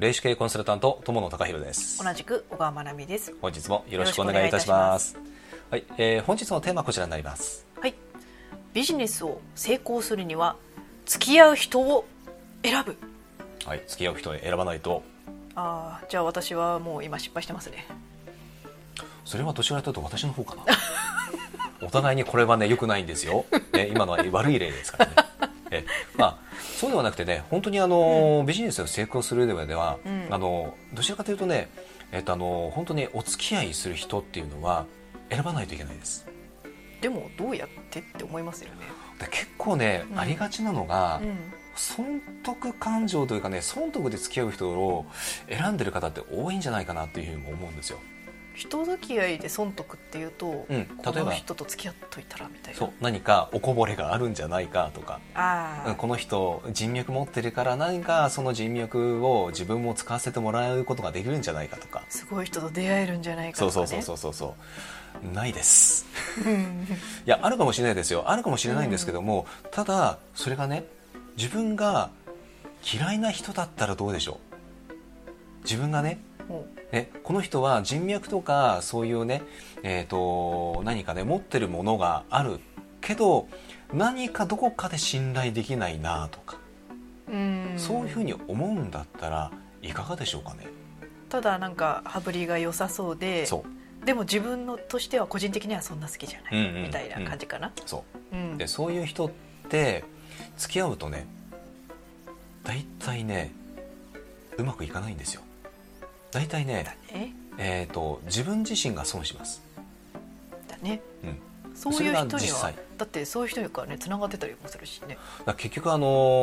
霊視系コンサルタント友野貴弘です。 同じく小川真奈美です。 本日もよろしくお願いいたします。はい、本日のテーマはこちらになります。 はい、ビジネスを成功するには付き合う人を選ぶ。 はい、付き合う人を選ばないと。 じゃあ私はもう今失敗してますね。 それはどちらかというと私の方かなお互いにこれはね良くないんですよ、今のは悪い例ですからねそうではなくてね、本当にビジネスを成功する上では、どちらかというとね、本当にお付き合いする人っていうのは選ばないといけないです。 でもどうやってって思いますよね。 で結構ね、ありがちなのが、損得感情というかね、損得で付き合う人を選んでる方って多いんじゃないかなっていうふうに思うんですよ。 人付き合いで損得っていうと、 例えばこの人と付き合っといたらみたいな、 そう何かおこぼれがあるんじゃないかとか、この人人脈持ってるから何かその人脈を自分も使わせてもらうことができるんじゃないかとか、 すごい人と出会えるんじゃないかとかね。 そうないですいやあるかもしれないですよ、あるかもしれないんですけども、ただそれがね、自分が嫌いな人だったらどうでしょう。自分がね、この人は人脈とかそういうね、何かね持ってるものがあるけど何かどこかで信頼できないなとか、そういうふうに思うんだったらいかがでしょうかね。 ただなんか羽振りが良さそうで、でも自分のとしては個人的にはそんな好きじゃない、みたいな感じかな。でそういう人って付き合うとね、大体ねうまくいかないんですよ。大体ね、自分自身が損します。 だね。そういう人にはだってそういう人にはね繋がってたりもするしね。 結局波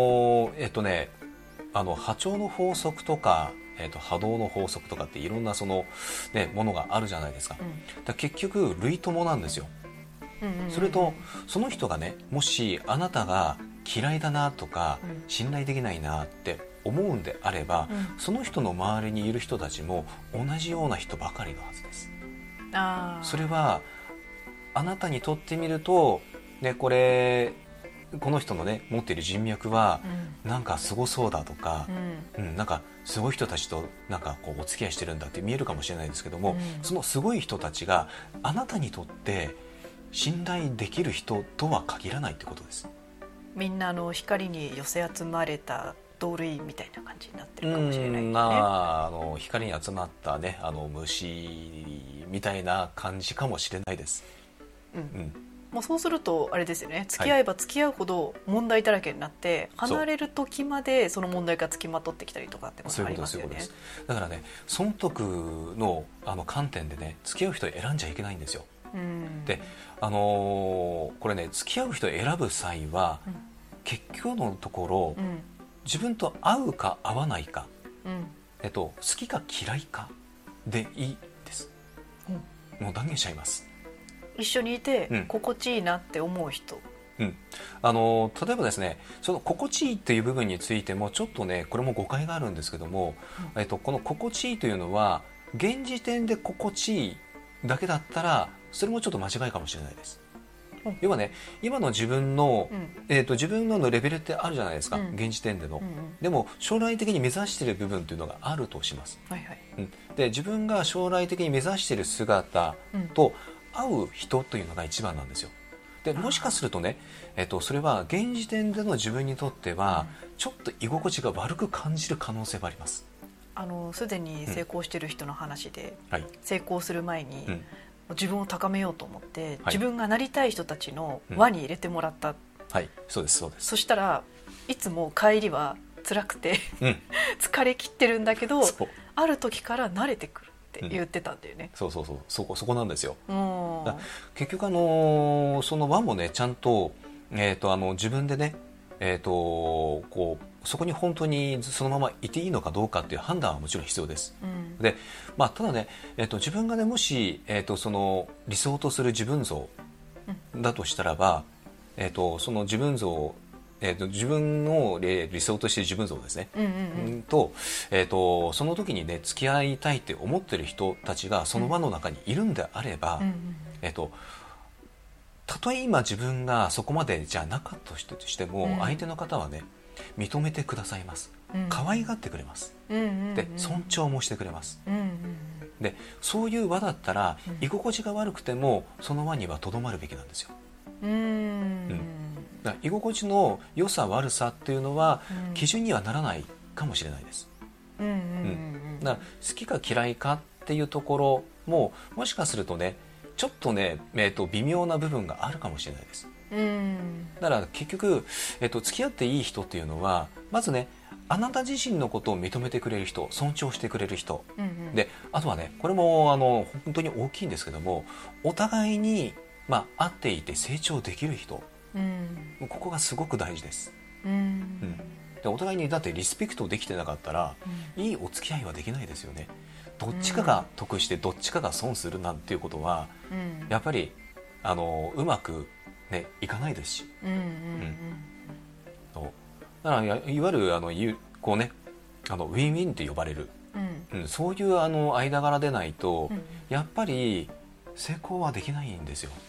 長の法則とか、波動の法則とかっていろんなその、ものがあるじゃないですか。だ結局類友なんですよ。それとその人がね、もしあなたが嫌いだなとか、信頼できないなって思うんであれば、その人の周りにいる人たちも同じような人ばかりのはずです。それはあなたにとってみると、この人のね持っている人脈はなんかすごそうだとか、なんかすごい人たちとなんかこうお付き合いしてるんだって見えるかもしれないですけども、そのすごい人たちがあなたにとって信頼できる人とは限らないってことです。 みんな光に寄せ集まれた同類みたいな感じになってるかもしれないね。 光に集まったね虫みたいな感じかもしれないです。 もうそうするとあれですよね、付き合えば付き合うほど問題だらけになって、離れる時までその問題が付きまとってきたりとかってことありますよね。 だからね、損得の観点でね付き合う人を選んじゃいけないんですよ。でこれね、付き合う人を選ぶ際は、結局のところ、自分と合うか合わないか、好きか嫌いかでいいです。もう断言しちゃいます。 一緒にいて心地いいなって思う人、 例えばですね、その心地いいっていう部分についてもちょっとねこれも誤解があるんですけども、この心地いいというのは現時点で心地いいだけだったらそれもちょっと間違いかもしれないです。要はね、今の自分の、自分のレベルってあるじゃないですか、現時点での、でも将来的に目指している部分というのがあるとします。で自分が将来的に目指している姿と合う人というのが一番なんですよ。でもしかするとね、それは現時点での自分にとってはちょっと居心地が悪く感じる可能性もあります。 すでに成功している人の話で、成功する前に、自分を高めようと思って、自分がなりたい人たちの輪に入れてもらった、 そうです。 そしたらいつも帰りは辛くて、疲れ切ってるんだけど、ある時から慣れてくるって言ってたんだよね。 そこなんですよ。結局その輪もねちゃんと、自分でね、そこに本当にそのままいていいのかどうかっていう判断はもちろん必要です。で、ただね、自分がねもし、その理想とする自分像だとしたらば、その自分像、自分の理想としている自分像ですね、と、その時にね付き合いたいって思ってる人たちがその輪の中にいるんであれば、たとえ今自分がそこまでじゃなかったとしても、相手の方はね認めてくださいます。 可愛がってくれます、で尊重もしてくれます、でそういう輪だったら、居心地が悪くてもその輪にはとどまるべきなんですよ。だから居心地の良さ悪さっていうのは基準にはならないかもしれないです。だから好きか嫌いかっていうところももしかするとねちょっとね、微妙な部分があるかもしれないです。だから結局、付き合っていい人っていうのはまずねあなた自身のことを認めてくれる人、尊重してくれる人、であとはねこれも本当に大きいんですけども、お互いに、会っていて成長できる人、ここがすごく大事です。でお互いにだってリスペクトできてなかったら、いいお付き合いはできないですよね。どっちかが得してどっちかが損するなんていうことは、やっぱりうまく、ね、いかないですし、だからいわゆるこうねウィンウィンって呼ばれる、そういう間柄でないと、やっぱり成功はできないんですよ。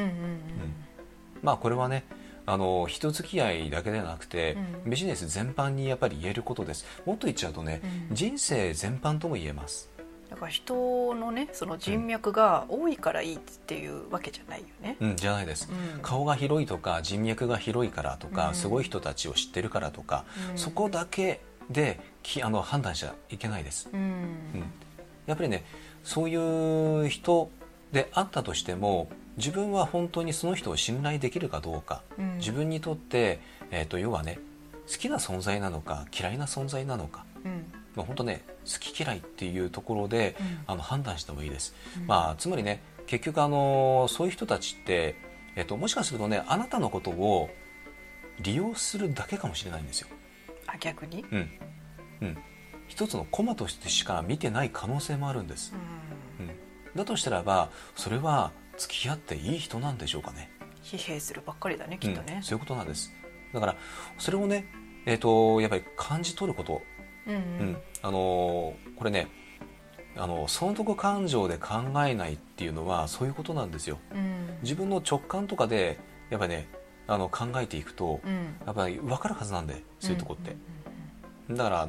これはね人付き合いだけでなくて、ビジネス全般にやっぱり言えることです。もっと言っちゃうとね、人生全般とも言えます。 だから人のねその人脈が多いからいいっていうわけじゃないよね。 じゃないです、顔が広いとか人脈が広いからとか、すごい人たちを知ってるからとか、そこだけで判断しちゃいけないです。やっぱりねそういう人であったとしても、自分は本当にその人を信頼できるかどうか、自分にとって、要はね好きな存在なのか嫌いな存在なのか、本当ね好き嫌いっていうところで、判断してもいいです。つまりね結局そういう人たちって、もしかするとねあなたのことを利用するだけかもしれないんですよ。 逆に、 一つのコマとしてしか見てない可能性もあるんです。だとしたらばそれは付き合っていい人なんでしょうかね。 疲弊するばっかりだねきっとね、 そういうことなんです。だからそれをね、やっぱり感じ取ること、これね損得感情で考えないっていうのはそういうことなんですよ。自分の直感とかでやっぱりね考えていくと、やっぱり分かるはずなんで、そういうとこって、だから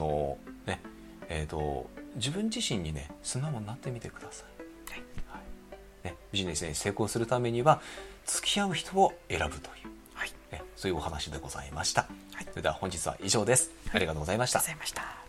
自分自身にね素直になってみてください。ビジネスに成功するためには付き合う人を選ぶという、そういうお話でございました。それでは本日は以上です。ありがとうございました。